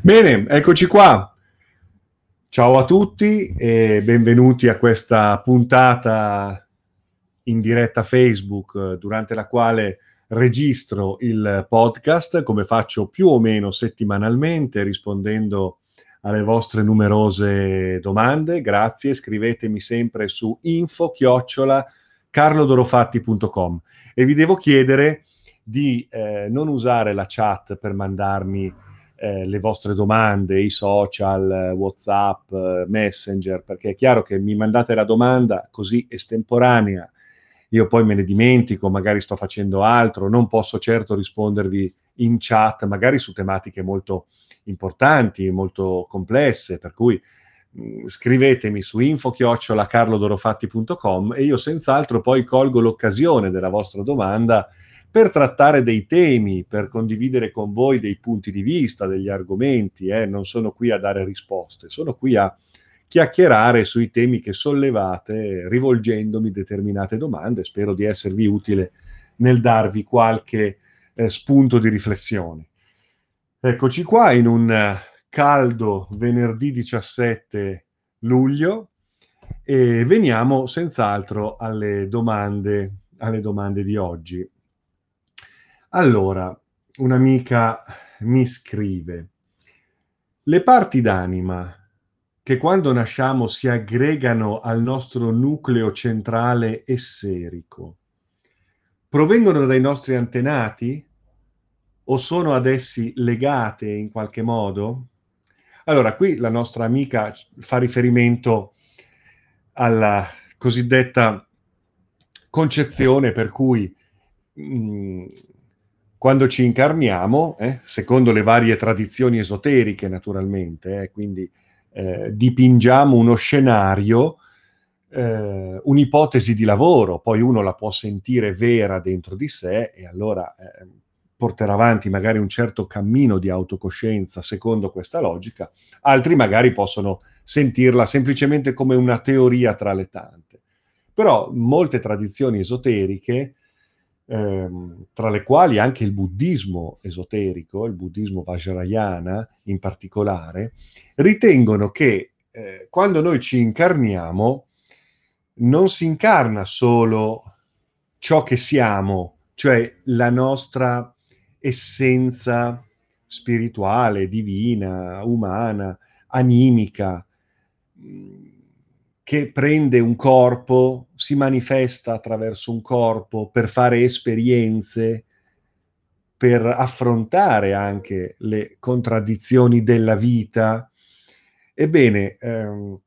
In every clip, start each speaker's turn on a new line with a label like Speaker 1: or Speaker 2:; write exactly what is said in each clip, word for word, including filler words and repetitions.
Speaker 1: Bene, eccoci qua. Ciao a tutti e benvenuti a questa puntata in diretta Facebook, eh, durante la quale registro il podcast, come faccio più o meno settimanalmente, rispondendo alle vostre numerose domande. Grazie, scrivetemi sempre su info chiocciola carlodorofatti punto com e vi devo chiedere di eh, non usare la chat per mandarmi eh, le vostre domande, i social, WhatsApp, eh, Messenger, perché è chiaro che mi mandate la domanda così estemporanea, io poi me ne dimentico, magari sto facendo altro, non posso certo rispondervi in chat, magari su tematiche molto importanti, molto complesse, per cui mh, scrivetemi su info chiocciola carlodorofatti punto com e io senz'altro poi colgo l'occasione della vostra domanda per trattare dei temi, per condividere con voi dei punti di vista, degli argomenti. Eh? Non sono qui a dare risposte, sono qui a chiacchierare sui temi che sollevate, rivolgendomi determinate domande. Spero di esservi utile nel darvi qualche eh, spunto di riflessione. Eccoci qua in un eh, caldo venerdì diciassette luglio e veniamo senz'altro alle domande, alle domande di oggi. Allora, un'amica mi scrive: le parti d'anima che quando nasciamo si aggregano al nostro nucleo centrale esserico, provengono dai nostri antenati o sono ad essi legate in qualche modo? Allora, qui la nostra amica fa riferimento alla cosiddetta concezione per cui mh, quando ci incarniamo, eh, secondo le varie tradizioni esoteriche naturalmente, eh, quindi eh, dipingiamo uno scenario, eh, un'ipotesi di lavoro, poi uno la può sentire vera dentro di sé e allora eh, porterà avanti magari un certo cammino di autocoscienza secondo questa logica, altri magari possono sentirla semplicemente come una teoria tra le tante. Però molte tradizioni esoteriche, ehm, tra le quali anche il buddismo esoterico, il buddismo vajrayana in particolare, ritengono che eh, quando noi ci incarniamo non si incarna solo ciò che siamo, cioè la nostra essenza spirituale, divina, umana, animica, che prende un corpo, si manifesta attraverso un corpo per fare esperienze, per affrontare anche le contraddizioni della vita. Ebbene, ehm,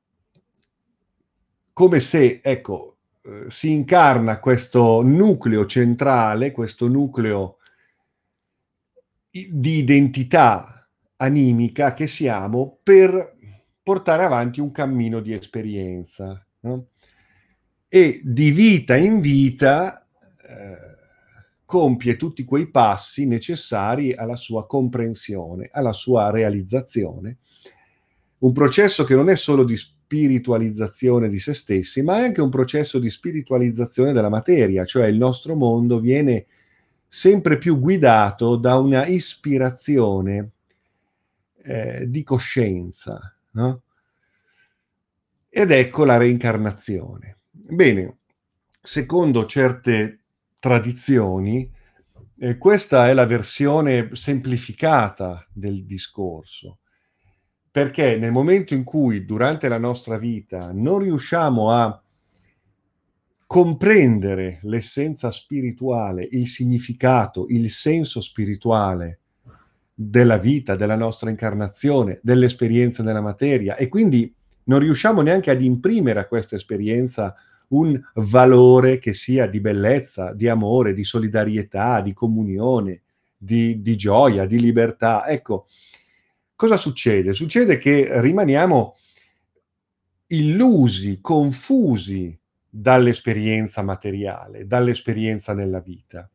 Speaker 1: come se, ecco, eh, si incarna questo nucleo centrale, questo nucleo i- di identità animica che siamo per portare avanti un cammino di esperienza, no? E di vita in vita eh, compie tutti quei passi necessari alla sua comprensione, alla sua realizzazione. Un processo che non è solo di spiritualizzazione di se stessi, ma è anche un processo di spiritualizzazione della materia, cioè il nostro mondo viene sempre più guidato da una ispirazione eh, di coscienza, no? Ed ecco la reincarnazione. Bene, secondo certe tradizioni, eh, questa è la versione semplificata del discorso, perché nel momento in cui durante la nostra vita non riusciamo a comprendere l'essenza spirituale, il significato, il senso spirituale della vita, della nostra incarnazione, delle esperienze nella materia e quindi non riusciamo neanche ad imprimere a questa esperienza un valore che sia di bellezza, di amore, di solidarietà, di comunione, di, di gioia, di libertà. Ecco, cosa succede? Succede che rimaniamo illusi, confusi dall'esperienza materiale, dall'esperienza nella vita.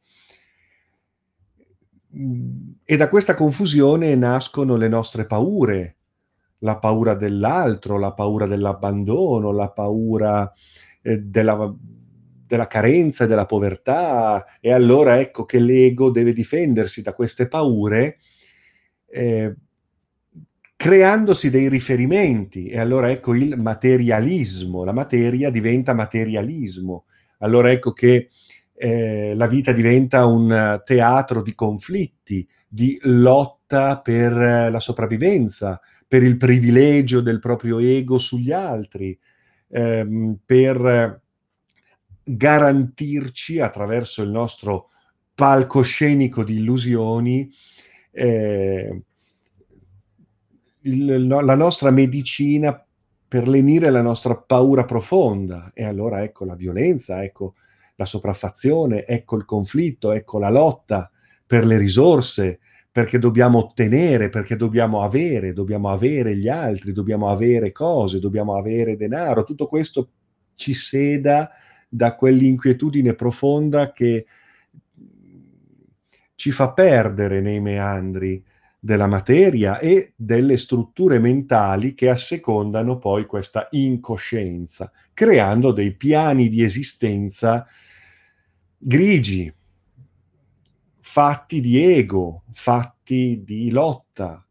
Speaker 1: E da questa confusione nascono le nostre paure, la paura dell'altro, la paura dell'abbandono, la paura eh, della, della carenza e della povertà. E allora ecco che l'ego deve difendersi da queste paure, eh, creandosi dei riferimenti, e allora ecco il materialismo, la materia diventa materialismo. Allora ecco che eh, la vita diventa un teatro di conflitti, di lotta per la sopravvivenza, per il privilegio del proprio ego sugli altri, ehm, per garantirci attraverso il nostro palcoscenico di illusioni eh, il, no, la nostra medicina per lenire la nostra paura profonda. E allora ecco la violenza, ecco la sopraffazione, ecco il conflitto, ecco la lotta per le risorse, perché dobbiamo ottenere, perché dobbiamo avere, dobbiamo avere gli altri, dobbiamo avere cose, dobbiamo avere denaro. Tutto questo ci seda da quell'inquietudine profonda che ci fa perdere nei meandri della materia e delle strutture mentali che assecondano poi questa incoscienza, creando dei piani di esistenza grigi, fatti di ego, fatti di lotta.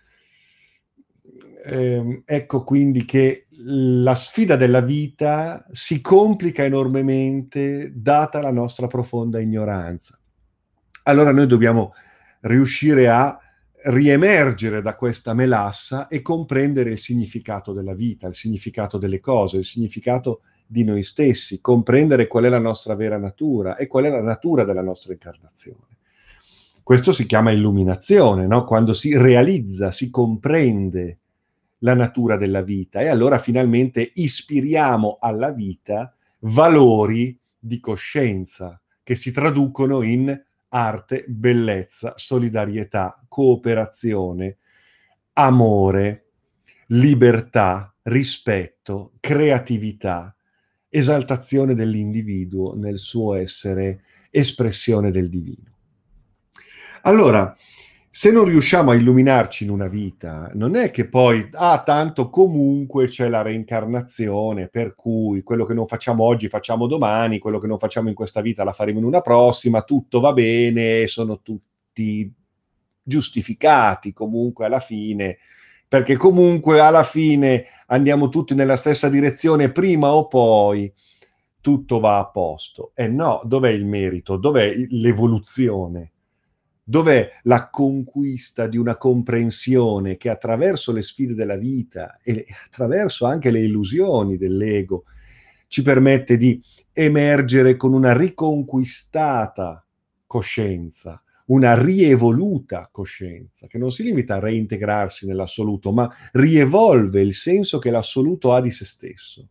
Speaker 1: Eh, ecco quindi che la sfida della vita si complica enormemente data la nostra profonda ignoranza. Allora noi dobbiamo riuscire a riemergere da questa melassa e comprendere il significato della vita, il significato delle cose, il significato di noi stessi, comprendere qual è la nostra vera natura e qual è la natura della nostra incarnazione. Questo si chiama illuminazione, no? Quando si realizza, si comprende la natura della vita e allora finalmente ispiriamo alla vita valori di coscienza che si traducono in arte, bellezza, solidarietà, cooperazione, amore, libertà, rispetto, creatività, esaltazione dell'individuo nel suo essere espressione del divino. Allora, se non riusciamo a illuminarci in una vita, non è che poi, ah, tanto comunque c'è la reincarnazione, per cui quello che non facciamo oggi facciamo domani, quello che non facciamo in questa vita la faremo in una prossima, tutto va bene, sono tutti giustificati comunque alla fine, perché comunque alla fine andiamo tutti nella stessa direzione, prima o poi tutto va a posto. E no, dov'è il merito? Dov'è l'evoluzione? Dov'è la conquista di una comprensione che attraverso le sfide della vita e attraverso anche le illusioni dell'ego ci permette di emergere con una riconquistata coscienza, una rievoluta coscienza, che non si limita a reintegrarsi nell'assoluto, ma rievolve il senso che l'assoluto ha di se stesso.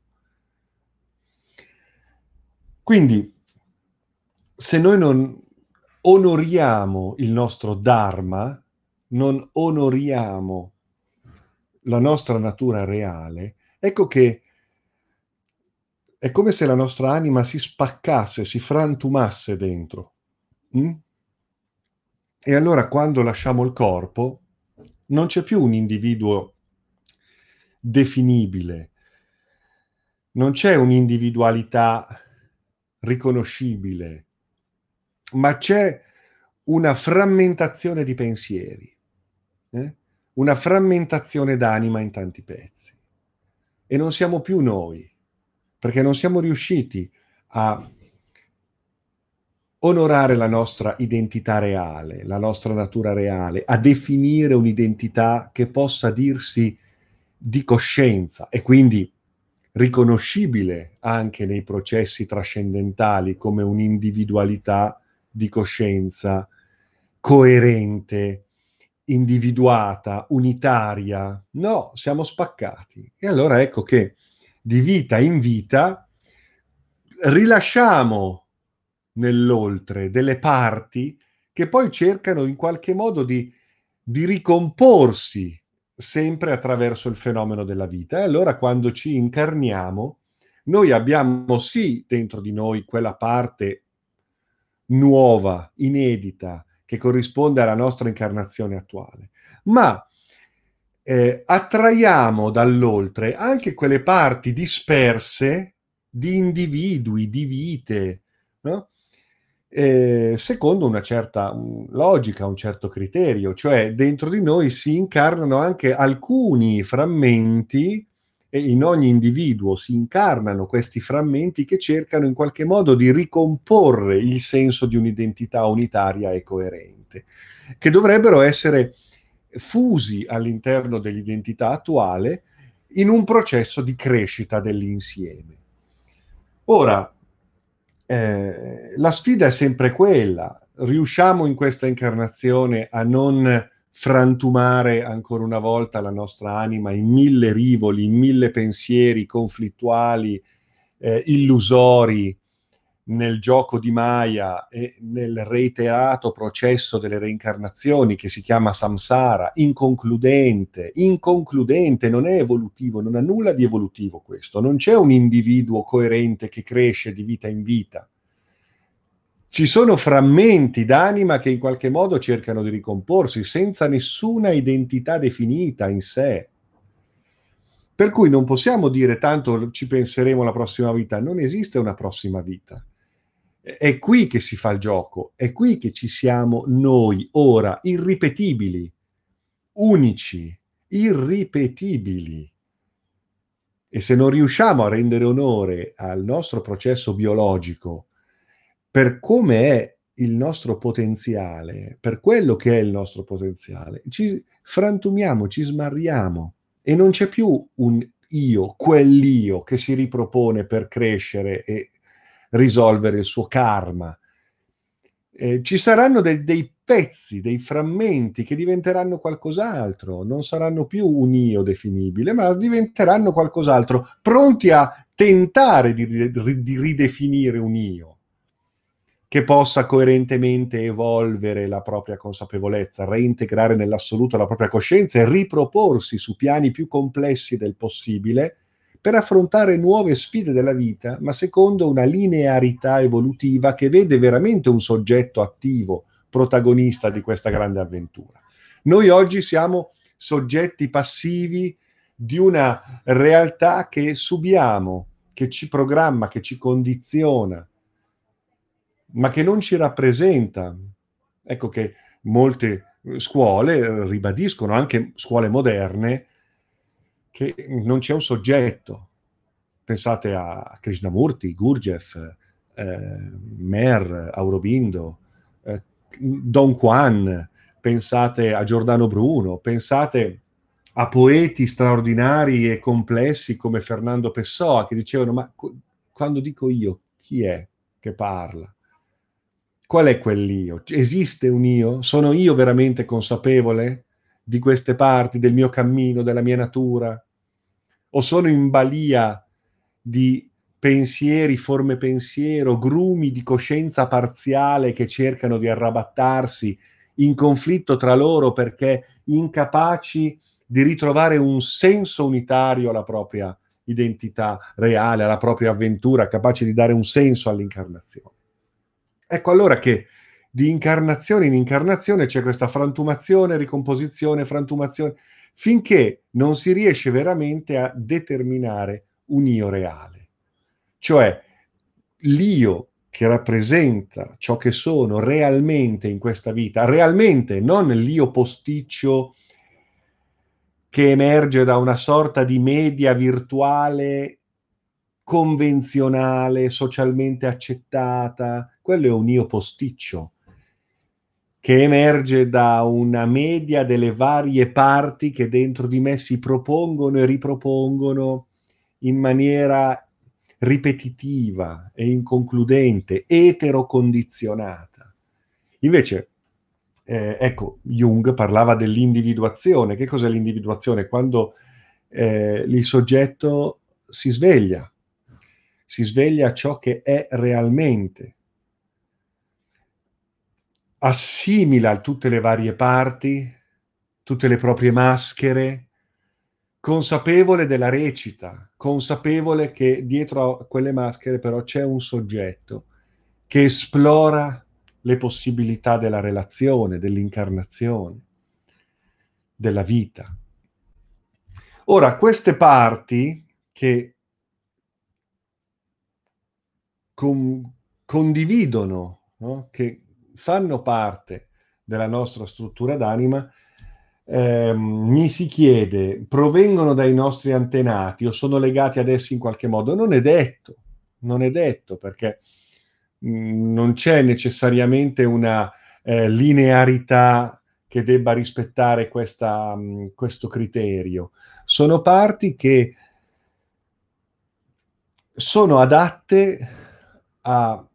Speaker 1: Quindi, se noi non onoriamo il nostro Dharma, non onoriamo la nostra natura reale, ecco che è come se la nostra anima si spaccasse, si frantumasse dentro. Mm? E allora quando lasciamo il corpo non c'è più un individuo definibile, non c'è un'individualità riconoscibile, ma c'è una frammentazione di pensieri, eh? Una frammentazione d'anima in tanti pezzi. E non siamo più noi, perché non siamo riusciti a onorare la nostra identità reale, la nostra natura reale, a definire un'identità che possa dirsi di coscienza e quindi riconoscibile anche nei processi trascendentali come un'individualità di coscienza coerente, individuata, unitaria. No, siamo spaccati. E allora ecco che di vita in vita rilasciamo nell'oltre delle parti che poi cercano in qualche modo di, di ricomporsi sempre attraverso il fenomeno della vita. E allora quando ci incarniamo, noi abbiamo sì dentro di noi quella parte nuova, inedita, che corrisponde alla nostra incarnazione attuale, ma eh, attraiamo dall'oltre anche quelle parti disperse di individui, di vite, no? eh, secondo una certa um, logica, un certo criterio, cioè dentro di noi si incarnano anche alcuni frammenti e in ogni individuo si incarnano questi frammenti che cercano in qualche modo di ricomporre il senso di un'identità unitaria e coerente, che dovrebbero essere fusi all'interno dell'identità attuale in un processo di crescita dell'insieme. Ora, eh, la sfida è sempre quella. Riusciamo in questa incarnazione a non frantumare ancora una volta la nostra anima in mille rivoli, in mille pensieri conflittuali, eh, illusori, nel gioco di Maya e nel reiterato processo delle reincarnazioni che si chiama samsara, inconcludente, inconcludente, non è evolutivo, non ha nulla di evolutivo questo, non c'è un individuo coerente che cresce di vita in vita. Ci sono frammenti d'anima che in qualche modo cercano di ricomporsi senza nessuna identità definita in sé. Per cui non possiamo dire tanto ci penseremo alla prossima vita, non esiste una prossima vita. È qui che si fa il gioco, è qui che ci siamo noi, ora, irripetibili, unici, irripetibili. E se non riusciamo a rendere onore al nostro processo biologico per come è il nostro potenziale, per quello che è il nostro potenziale, ci frantumiamo, ci smarriamo e non c'è più un io, quell'io che si ripropone per crescere e risolvere il suo karma. Eh, ci saranno de- dei pezzi, dei frammenti che diventeranno qualcos'altro, non saranno più un io definibile, ma diventeranno qualcos'altro, pronti a tentare di, ri- di ridefinire un io che possa coerentemente evolvere la propria consapevolezza, reintegrare nell'assoluto la propria coscienza e riproporsi su piani più complessi del possibile per affrontare nuove sfide della vita, ma secondo una linearità evolutiva che vede veramente un soggetto attivo, protagonista di questa grande avventura. Noi oggi siamo soggetti passivi di una realtà che subiamo, che ci programma, che ci condiziona, ma che non ci rappresenta. Ecco che molte scuole ribadiscono, anche scuole moderne, che non c'è un soggetto. Pensate a Krishnamurti, Gurdjieff, eh, Mer, Aurobindo, eh, Don Juan, pensate a Giordano Bruno, pensate a poeti straordinari e complessi come Fernando Pessoa, che dicevano: ma qu- quando dico io, chi è che parla? Qual è quell'io? Esiste un io? Sono io veramente consapevole di queste parti, del mio cammino, della mia natura? O sono in balia di pensieri, forme pensiero, grumi di coscienza parziale che cercano di arrabattarsi in conflitto tra loro perché incapaci di ritrovare un senso unitario alla propria identità reale, alla propria avventura, capaci di dare un senso all'incarnazione? Ecco allora che di incarnazione in incarnazione c'è questa frantumazione, ricomposizione, frantumazione, finché non si riesce veramente a determinare un io reale. Cioè l'io che rappresenta ciò che sono realmente in questa vita, realmente, non l'io posticcio che emerge da una sorta di media virtuale convenzionale, socialmente accettata, quello è un io posticcio che emerge da una media delle varie parti che dentro di me si propongono e ripropongono in maniera ripetitiva e inconcludente, eterocondizionata. Invece, eh, ecco, Jung parlava dell'individuazione. Che cos'è l'individuazione? Quando eh, il soggetto si sveglia, si sveglia a ciò che è realmente, assimila tutte le varie parti, tutte le proprie maschere, consapevole della recita, consapevole che dietro a quelle maschere però c'è un soggetto che esplora le possibilità della relazione, dell'incarnazione, della vita. Ora, queste parti che con, condividono no? Che fanno parte della nostra struttura d'anima, ehm, mi si chiede, provengono dai nostri antenati o sono legati ad essi in qualche modo? Non è detto, non è detto, perché mh, non c'è necessariamente una eh, linearità che debba rispettare questa, mh, questo criterio. Sono parti che sono adatte a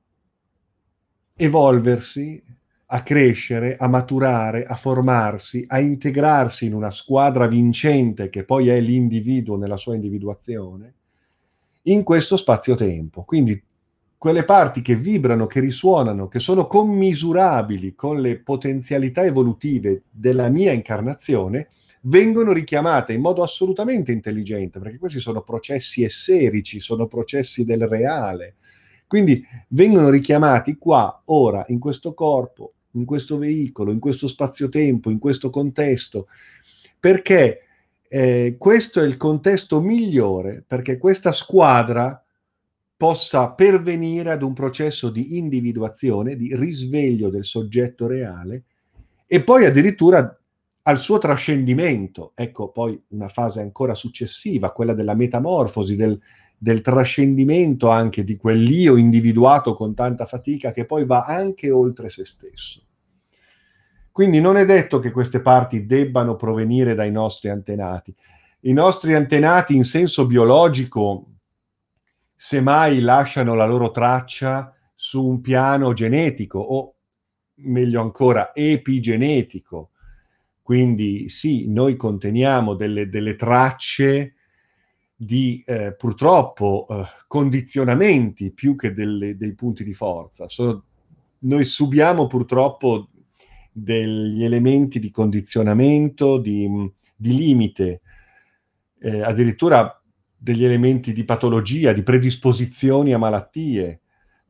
Speaker 1: evolversi, a crescere, a maturare, a formarsi, a integrarsi in una squadra vincente che poi è l'individuo nella sua individuazione, in questo spazio-tempo. Quindi quelle parti che vibrano, che risuonano, che sono commisurabili con le potenzialità evolutive della mia incarnazione, vengono richiamate in modo assolutamente intelligente, perché questi sono processi esserici, sono processi del reale. Quindi vengono richiamati qua, ora, in questo corpo, in questo veicolo, in questo spazio-tempo, in questo contesto, perché eh, questo è il contesto migliore perché questa squadra possa pervenire ad un processo di individuazione, di risveglio del soggetto reale e poi addirittura al suo trascendimento. Ecco poi una fase ancora successiva, quella della metamorfosi, del, del trascendimento anche di quell'io individuato con tanta fatica che poi va anche oltre se stesso. Quindi non è detto che queste parti debbano provenire dai nostri antenati. I nostri antenati in senso biologico semmai lasciano la loro traccia su un piano genetico o, meglio ancora, epigenetico. Quindi sì, noi conteniamo delle, delle tracce di eh, purtroppo eh, condizionamenti più che delle, dei punti di forza. Sono, noi subiamo purtroppo degli elementi di condizionamento, di, di limite, eh, addirittura degli elementi di patologia, di predisposizioni a malattie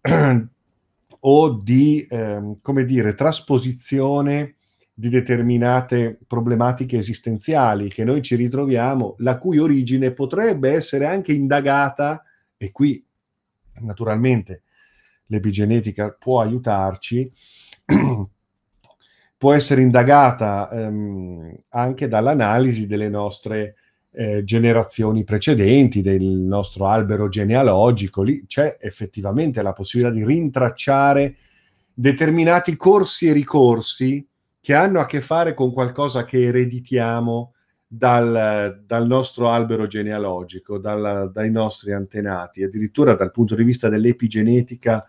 Speaker 1: o di, ehm, come dire, trasposizione di determinate problematiche esistenziali che noi ci ritroviamo, la cui origine potrebbe essere anche indagata, e qui naturalmente l'epigenetica può aiutarci, può essere indagata ehm, anche dall'analisi delle nostre eh, generazioni precedenti, del nostro albero genealogico. Lì c'è effettivamente la possibilità di rintracciare determinati corsi e ricorsi che hanno a che fare con qualcosa che ereditiamo dal, dal nostro albero genealogico, dal, dai nostri antenati. Addirittura dal punto di vista dell'epigenetica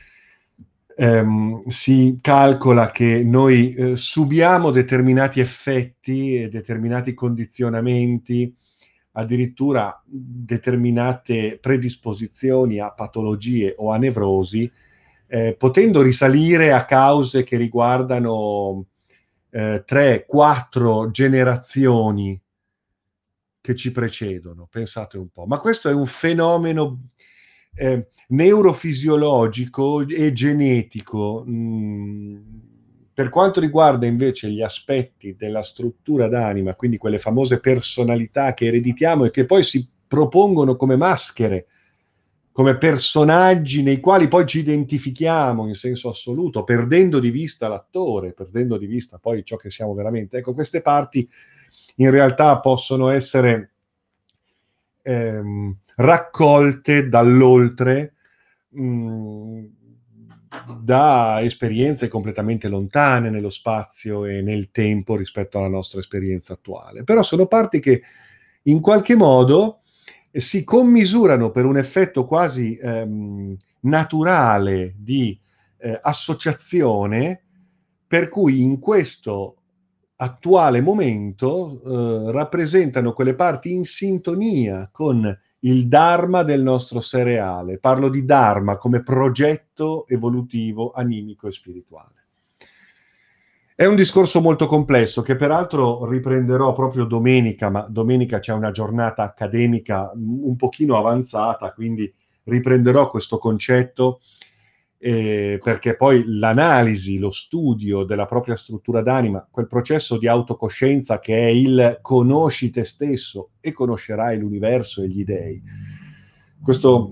Speaker 1: ehm, si calcola che noi eh, subiamo determinati effetti e determinati condizionamenti, addirittura determinate predisposizioni a patologie o a nevrosi, eh, potendo risalire a cause che riguardano eh, tre, quattro generazioni che ci precedono, pensate un po'. Ma questo è un fenomeno eh, neurofisiologico e genetico. Mm, per quanto riguarda invece gli aspetti della struttura d'anima, quindi quelle famose personalità che ereditiamo e che poi si propongono come maschere, come personaggi nei quali poi ci identifichiamo in senso assoluto, perdendo di vista l'attore, perdendo di vista poi ciò che siamo veramente. Ecco, queste parti in realtà possono essere ehm, raccolte dall'oltre mh, da esperienze completamente lontane nello spazio e nel tempo rispetto alla nostra esperienza attuale. Però sono parti che in qualche modo si commisurano per un effetto quasi ehm, naturale di eh, associazione, per cui in questo attuale momento eh, rappresentano quelle parti in sintonia con il Dharma del nostro seriale. Parlo di Dharma come progetto evolutivo, animico e spirituale. È un discorso molto complesso che peraltro riprenderò proprio domenica, ma domenica c'è una giornata accademica un pochino avanzata, quindi riprenderò questo concetto eh, perché poi l'analisi, lo studio della propria struttura d'anima, quel processo di autocoscienza che è il conosci te stesso e conoscerai l'universo e gli dei. Questo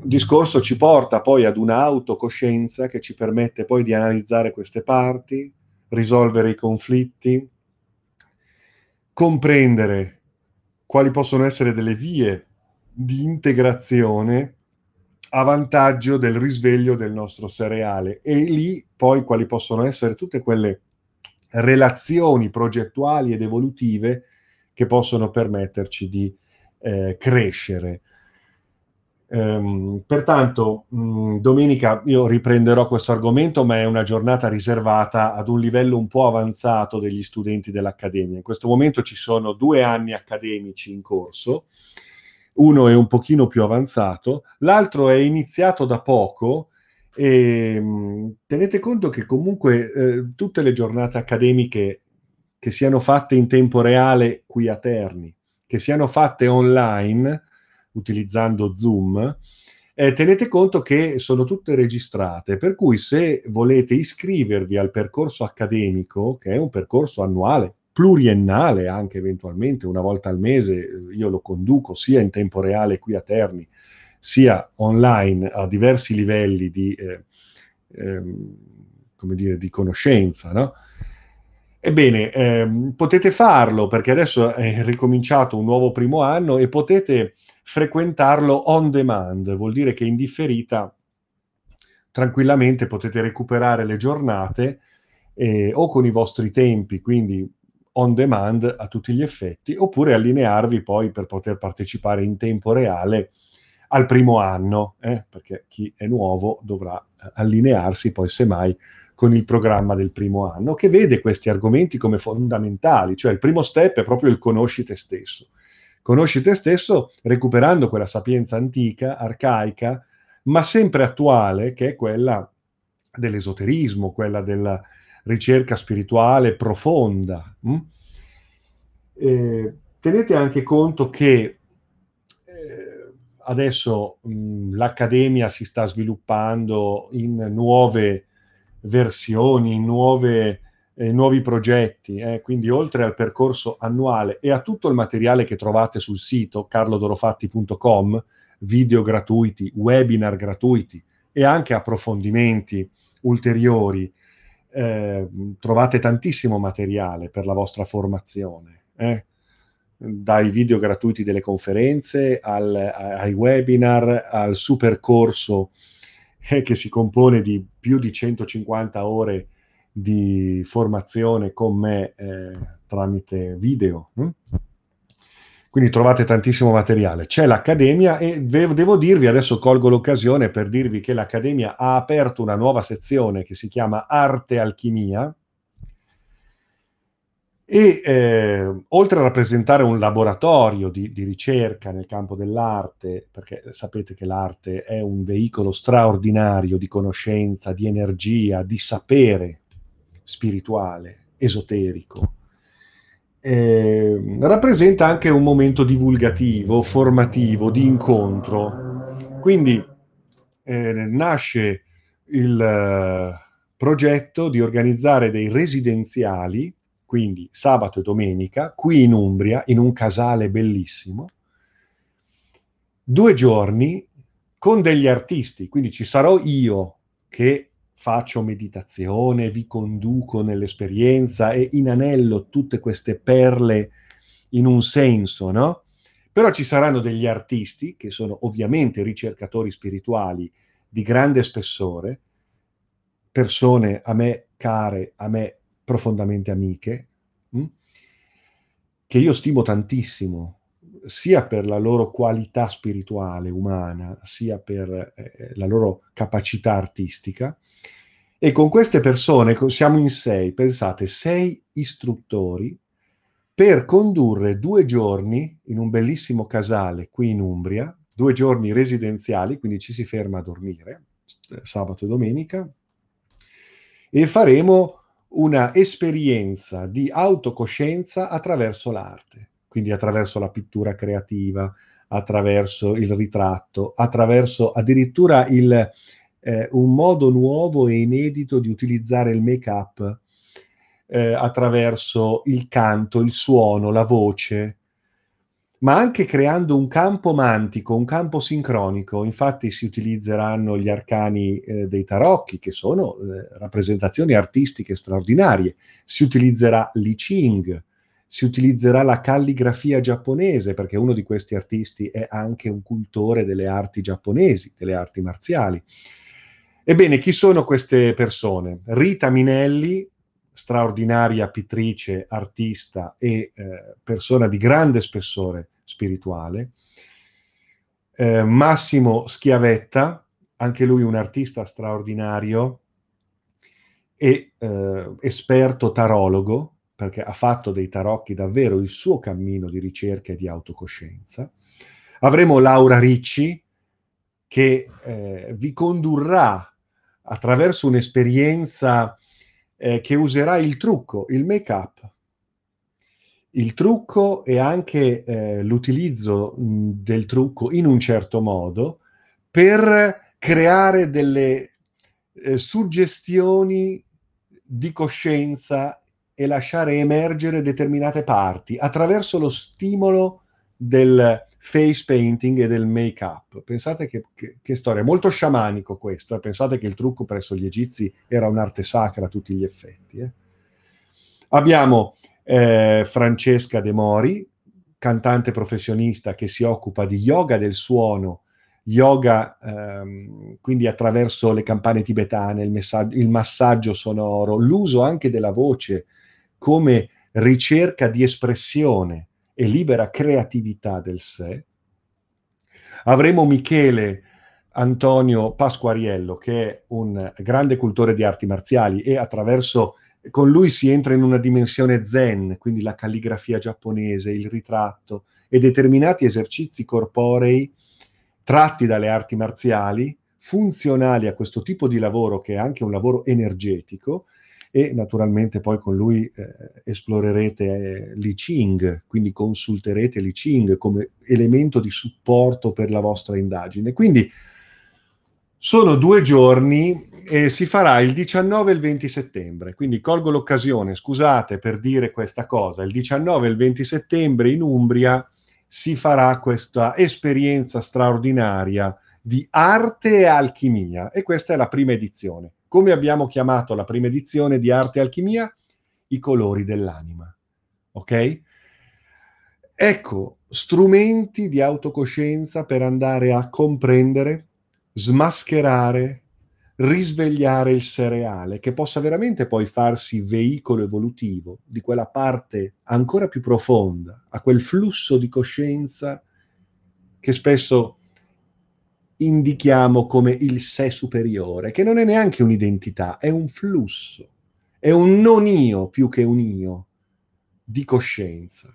Speaker 1: discorso ci porta poi ad un'autocoscienza che ci permette poi di analizzare queste parti, risolvere i conflitti, comprendere quali possono essere delle vie di integrazione a vantaggio del risveglio del nostro sé reale, e lì poi quali possono essere tutte quelle relazioni progettuali ed evolutive che possono permetterci di eh, crescere. Ehm, pertanto, mh, domenica io riprenderò questo argomento, ma è una giornata riservata ad un livello un po' avanzato degli studenti dell'Accademia. In questo momento ci sono due anni accademici in corso, uno è un pochino più avanzato, l'altro è iniziato da poco, e mh, tenete conto che comunque eh, tutte le giornate accademiche, che siano fatte in tempo reale qui a Terni, che siano fatte online utilizzando Zoom, eh, tenete conto che sono tutte registrate, per cui se volete iscrivervi al percorso accademico, che è un percorso annuale, pluriennale anche eventualmente, una volta al mese, io lo conduco sia in tempo reale qui a Terni, sia online a diversi livelli di, eh, ehm, come dire, di conoscenza, no? Ebbene, ehm, potete farlo perché adesso è ricominciato un nuovo primo anno e potete frequentarlo on demand, vuol dire che in differita tranquillamente potete recuperare le giornate eh, o con i vostri tempi, quindi on demand a tutti gli effetti, oppure allinearvi poi per poter partecipare in tempo reale al primo anno, eh, perché chi è nuovo dovrà allinearsi poi semmai con il programma del primo anno, che vede questi argomenti come fondamentali, cioè il primo step è proprio il conosci te stesso. Conosci te stesso recuperando quella sapienza antica, arcaica, ma sempre attuale, che è quella dell'esoterismo, quella della ricerca spirituale profonda. Hm? Eh, tenete anche conto che eh, adesso mh, l'Accademia si sta sviluppando in nuove versioni, in nuove, eh, nuovi progetti, eh, quindi oltre al percorso annuale e a tutto il materiale che trovate sul sito carlo dorofatti punto com, video gratuiti, webinar gratuiti e anche approfondimenti ulteriori, eh, trovate tantissimo materiale per la vostra formazione, eh? Dai video gratuiti delle conferenze al, ai webinar, al super corso eh, che si compone di più di centocinquanta ore di formazione con me eh, tramite video. Hm? Quindi trovate tantissimo materiale. C'è l'Accademia e ve- devo dirvi, adesso colgo l'occasione per dirvi che l'Accademia ha aperto una nuova sezione che si chiama Arte Alchimia, e eh, oltre a rappresentare un laboratorio di, di ricerca nel campo dell'arte, perché sapete che l'arte è un veicolo straordinario di conoscenza, di energia, di sapere spirituale, esoterico, eh, rappresenta anche un momento divulgativo, formativo, di incontro. Quindi eh, nasce il eh, progetto di organizzare dei residenziali, quindi sabato e domenica, qui in Umbria, in un casale bellissimo, due giorni con degli artisti, quindi ci sarò io che faccio meditazione, vi conduco nell'esperienza e inanello tutte queste perle in un senso, no? Però ci saranno degli artisti che sono ovviamente ricercatori spirituali di grande spessore, persone a me care, a me profondamente amiche, mh? Che io stimo tantissimo, sia per la loro qualità spirituale, umana, sia per eh, la loro capacità artistica. E con queste persone siamo in sei, pensate, sei istruttori per condurre due giorni in un bellissimo casale qui in Umbria, due giorni residenziali, quindi ci si ferma a dormire, sabato e domenica, e faremo una esperienza di autocoscienza attraverso l'arte, quindi attraverso la pittura creativa, attraverso il ritratto, attraverso addirittura il, eh, un modo nuovo e inedito di utilizzare il make-up, eh, attraverso il canto, il suono, la voce. ma anche creando un campo mantico, un campo sincronico. Infatti si utilizzeranno gli arcani eh, dei tarocchi, che sono eh, rappresentazioni artistiche straordinarie. Si utilizzerà l'I Ching, si utilizzerà la calligrafia giapponese, perché uno di questi artisti è anche un cultore delle arti giapponesi, delle arti marziali. Ebbene, chi sono queste persone? Rita Minelli, straordinaria pittrice, artista e eh, persona di grande spessore spirituale. Eh, Massimo Schiavetta, anche lui un artista straordinario e eh, esperto tarologo, perché ha fatto dei tarocchi davvero il suo cammino di ricerca e di autocoscienza. Avremo Laura Ricci, che eh, vi condurrà attraverso un'esperienza eh, che userà il trucco, il make-up, il trucco e anche eh, l'utilizzo mh, del trucco in un certo modo per creare delle eh, suggestioni di coscienza e lasciare emergere determinate parti attraverso lo stimolo del face painting e del make-up. Pensate che, che, che storia, molto sciamanico questo, eh? Pensate che il trucco presso gli egizi era un'arte sacra a tutti gli effetti. Eh? Abbiamo eh, Francesca De Mori, cantante professionista che si occupa di yoga del suono, yoga ehm, quindi attraverso le campane tibetane, il, messaggio, il massaggio sonoro, l'uso anche della voce come ricerca di espressione e libera creatività del sé. Avremo Michele Antonio Pasquariello, che è un grande cultore di arti marziali e attraverso con lui si entra in una dimensione zen, quindi la calligrafia giapponese, il ritratto e determinati esercizi corporei tratti dalle arti marziali, funzionali a questo tipo di lavoro che è anche un lavoro energetico, e naturalmente poi con lui eh, esplorerete eh, l'I Ching, quindi consulterete l'I Ching come elemento di supporto per la vostra indagine. Quindi sono due giorni e si farà il diciannove e il venti settembre, quindi colgo l'occasione, scusate per dire questa cosa, il diciannove e il venti settembre in Umbria si farà questa esperienza straordinaria di arte e alchimia, e questa è la prima edizione. Come abbiamo chiamato la prima edizione di Arte e Alchimia? I colori dell'anima. Ok? Ecco, strumenti di autocoscienza per andare a comprendere, smascherare, risvegliare il sé reale, che possa veramente poi farsi veicolo evolutivo di quella parte ancora più profonda, a quel flusso di coscienza che spesso indichiamo come il sé superiore, che non è neanche un'identità, è un flusso, è un non io più che un io di coscienza.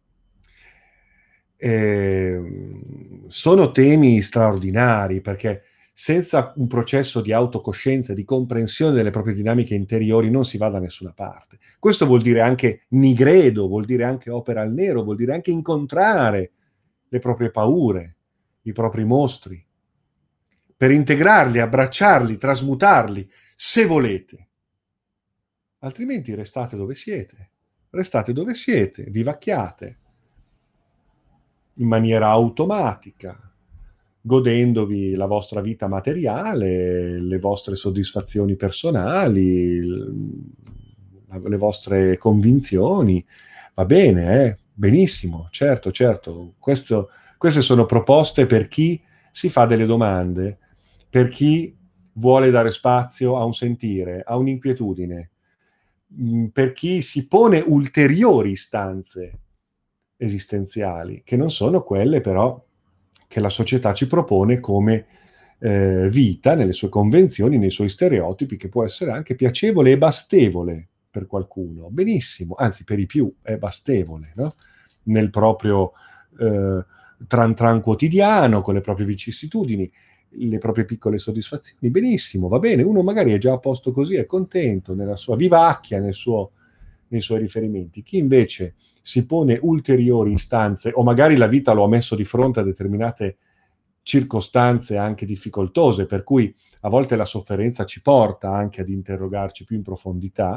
Speaker 1: Eh, sono temi straordinari perché senza un processo di autocoscienza e di comprensione delle proprie dinamiche interiori non si va da nessuna parte. Questo vuol dire anche nigredo, vuol dire anche opera al nero, vuol dire anche incontrare le proprie paure, i propri mostri, per integrarli, abbracciarli, trasmutarli, se volete. Altrimenti restate dove siete, restate dove siete, vivacchiate in maniera automatica, godendovi la vostra vita materiale, le vostre soddisfazioni personali, le vostre convinzioni. Va bene, eh? Benissimo, certo, certo. Questo, queste sono proposte per chi si fa delle domande, per chi vuole dare spazio a un sentire, a un'inquietudine, per chi si pone ulteriori istanze esistenziali, che non sono quelle però che la società ci propone come eh, vita, nelle sue convenzioni, nei suoi stereotipi, che può essere anche piacevole e bastevole per qualcuno, benissimo, anzi per i più è bastevole, no? Nel proprio eh, tran tran quotidiano, con le proprie vicissitudini, le proprie piccole soddisfazioni, benissimo, va bene, uno magari è già a posto così, è contento nella sua vivacchia, nel suo, nei suoi riferimenti. Chi invece si pone ulteriori istanze, o magari la vita lo ha messo di fronte a determinate circostanze anche difficoltose, per cui a volte la sofferenza ci porta anche ad interrogarci più in profondità,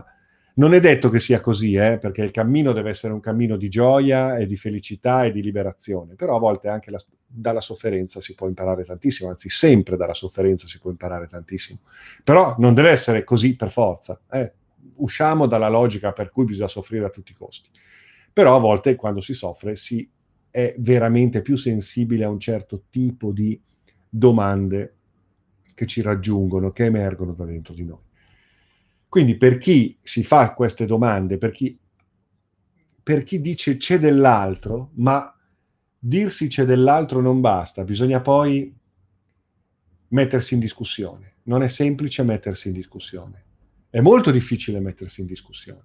Speaker 1: Non è detto che sia così, eh, perché il cammino deve essere un cammino di gioia e di felicità e di liberazione, però a volte anche la, dalla sofferenza si può imparare tantissimo, anzi sempre dalla sofferenza si può imparare tantissimo. Però non deve essere così per forza. Eh. Usciamo dalla logica per cui bisogna soffrire a tutti i costi. Però a volte quando si soffre si è veramente più sensibile a un certo tipo di domande che ci raggiungono, che emergono da dentro di noi. Quindi per chi si fa queste domande, per chi, per chi dice c'è dell'altro, ma dirsi c'è dell'altro non basta, bisogna poi mettersi in discussione. Non è semplice mettersi in discussione. È molto difficile mettersi in discussione.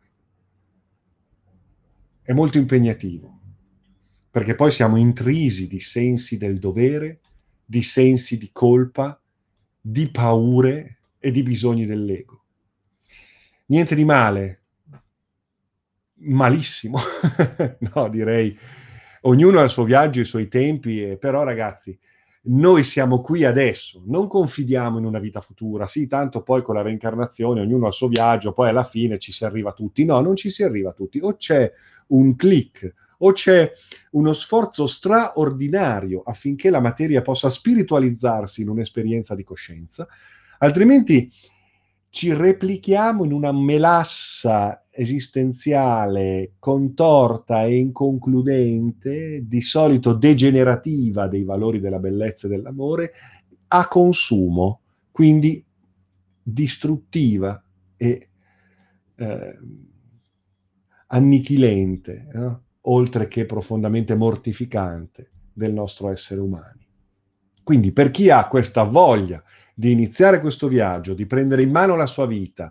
Speaker 1: È molto impegnativo, perché poi siamo intrisi di sensi del dovere, di sensi di colpa, di paure e di bisogni dell'ego. Niente di male, malissimo, no, direi, ognuno ha il suo viaggio, i suoi tempi, e, però ragazzi, noi siamo qui adesso, non confidiamo in una vita futura, sì, tanto poi con la reincarnazione ognuno ha il suo viaggio, poi alla fine ci si arriva tutti, no, non ci si arriva tutti, o c'è un click, o c'è uno sforzo straordinario affinché la materia possa spiritualizzarsi in un'esperienza di coscienza, altrimenti ci replichiamo in una melassa esistenziale contorta e inconcludente, di solito degenerativa dei valori della bellezza e dell'amore, a consumo, quindi distruttiva e eh, annichilente, no? Oltre che profondamente mortificante del nostro essere umani. Quindi per chi ha questa voglia di iniziare questo viaggio, di prendere in mano la sua vita,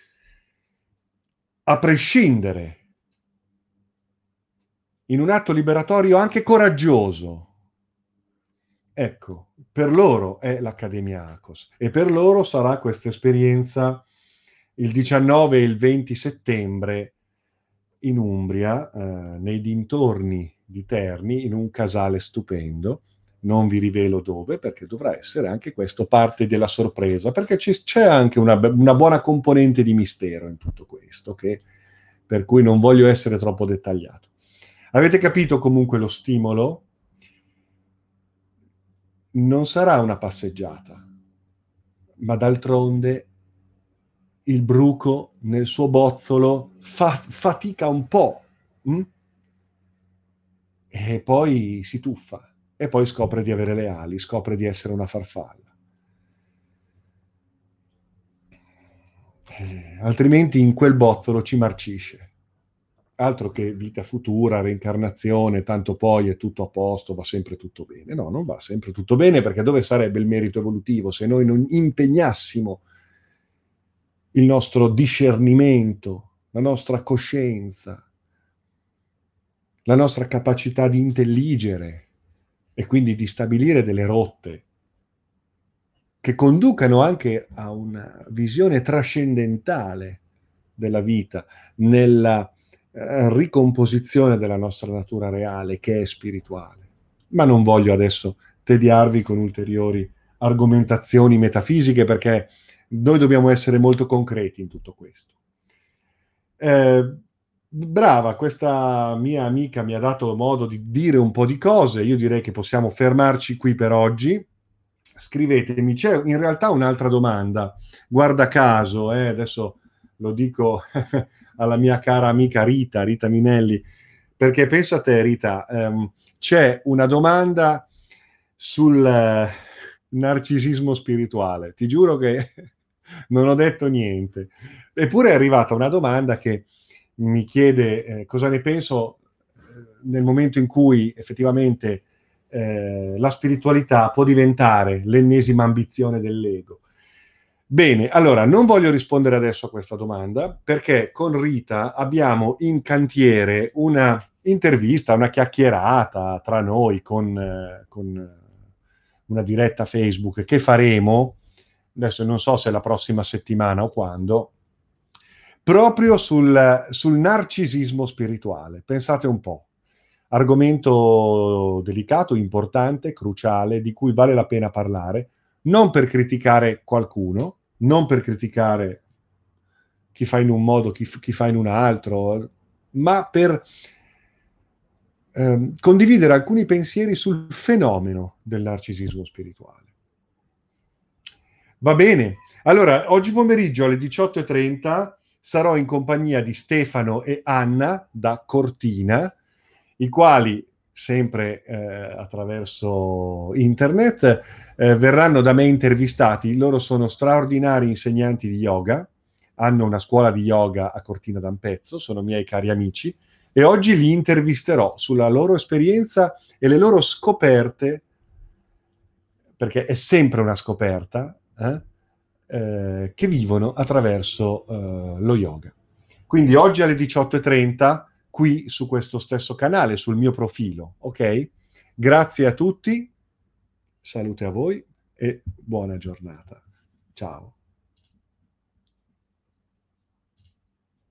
Speaker 1: a prescindere, in un atto liberatorio anche coraggioso, ecco, per loro è l'Accademia Akos e per loro sarà questa esperienza il diciannove e il venti settembre in Umbria, eh, nei dintorni di Terni, in un casale stupendo. Non vi rivelo dove, perché dovrà essere anche questo parte della sorpresa, perché c- c'è anche una, una buona componente di mistero in tutto questo, che, per cui non voglio essere troppo dettagliato. Avete capito comunque lo stimolo? Non sarà una passeggiata, ma d'altronde il bruco nel suo bozzolo fa fatica un po', hm? E poi si tuffa, e poi scopre di avere le ali, scopre di essere una farfalla. Eh, altrimenti in quel bozzolo ci marcisce. Altro che vita futura, reincarnazione, tanto poi è tutto a posto, va sempre tutto bene. No, non va sempre tutto bene, perché dove sarebbe il merito evolutivo se noi non impegnassimo il nostro discernimento, la nostra coscienza, la nostra capacità di intelligere e quindi di stabilire delle rotte che conducano anche a una visione trascendentale della vita, nella eh, ricomposizione della nostra natura reale, che è spirituale. Ma non voglio adesso tediarvi con ulteriori argomentazioni metafisiche, perché noi dobbiamo essere molto concreti in tutto questo. Eh, brava, questa mia amica mi ha dato modo di dire un po' di cose, io direi che possiamo fermarci qui per oggi. Scrivetemi, c'è in realtà un'altra domanda, guarda caso, eh, adesso lo dico alla mia cara amica Rita, Rita Minelli, perché pensa a te Rita, ehm, c'è una domanda sul eh, narcisismo spirituale, ti giuro che non ho detto niente, eppure è arrivata una domanda che mi chiede eh, cosa ne penso eh, nel momento in cui effettivamente eh, la spiritualità può diventare l'ennesima ambizione dell'ego. Bene, allora non voglio rispondere adesso a questa domanda perché con Rita abbiamo in cantiere una intervista, una chiacchierata tra noi con, eh, con una diretta Facebook che faremo, adesso non so se la prossima settimana o quando, proprio sul, sul narcisismo spirituale. Pensate un po'. Argomento delicato, importante, cruciale, di cui vale la pena parlare, non per criticare qualcuno, non per criticare chi fa in un modo, chi, chi fa in un altro, ma per ehm, condividere alcuni pensieri sul fenomeno del narcisismo spirituale. Va bene, allora oggi pomeriggio alle diciotto e trenta sarò in compagnia di Stefano e Anna da Cortina, i quali, sempre eh, attraverso internet, eh, verranno da me intervistati. Loro sono straordinari insegnanti di yoga, hanno una scuola di yoga a Cortina d'Ampezzo, sono miei cari amici, e oggi li intervisterò sulla loro esperienza e le loro scoperte, perché è sempre una scoperta, eh, eh, che vivono attraverso eh, lo yoga. Quindi oggi alle diciotto e trenta, qui su questo stesso canale, sul mio profilo, ok? Grazie a tutti, salute a voi e buona giornata. Ciao.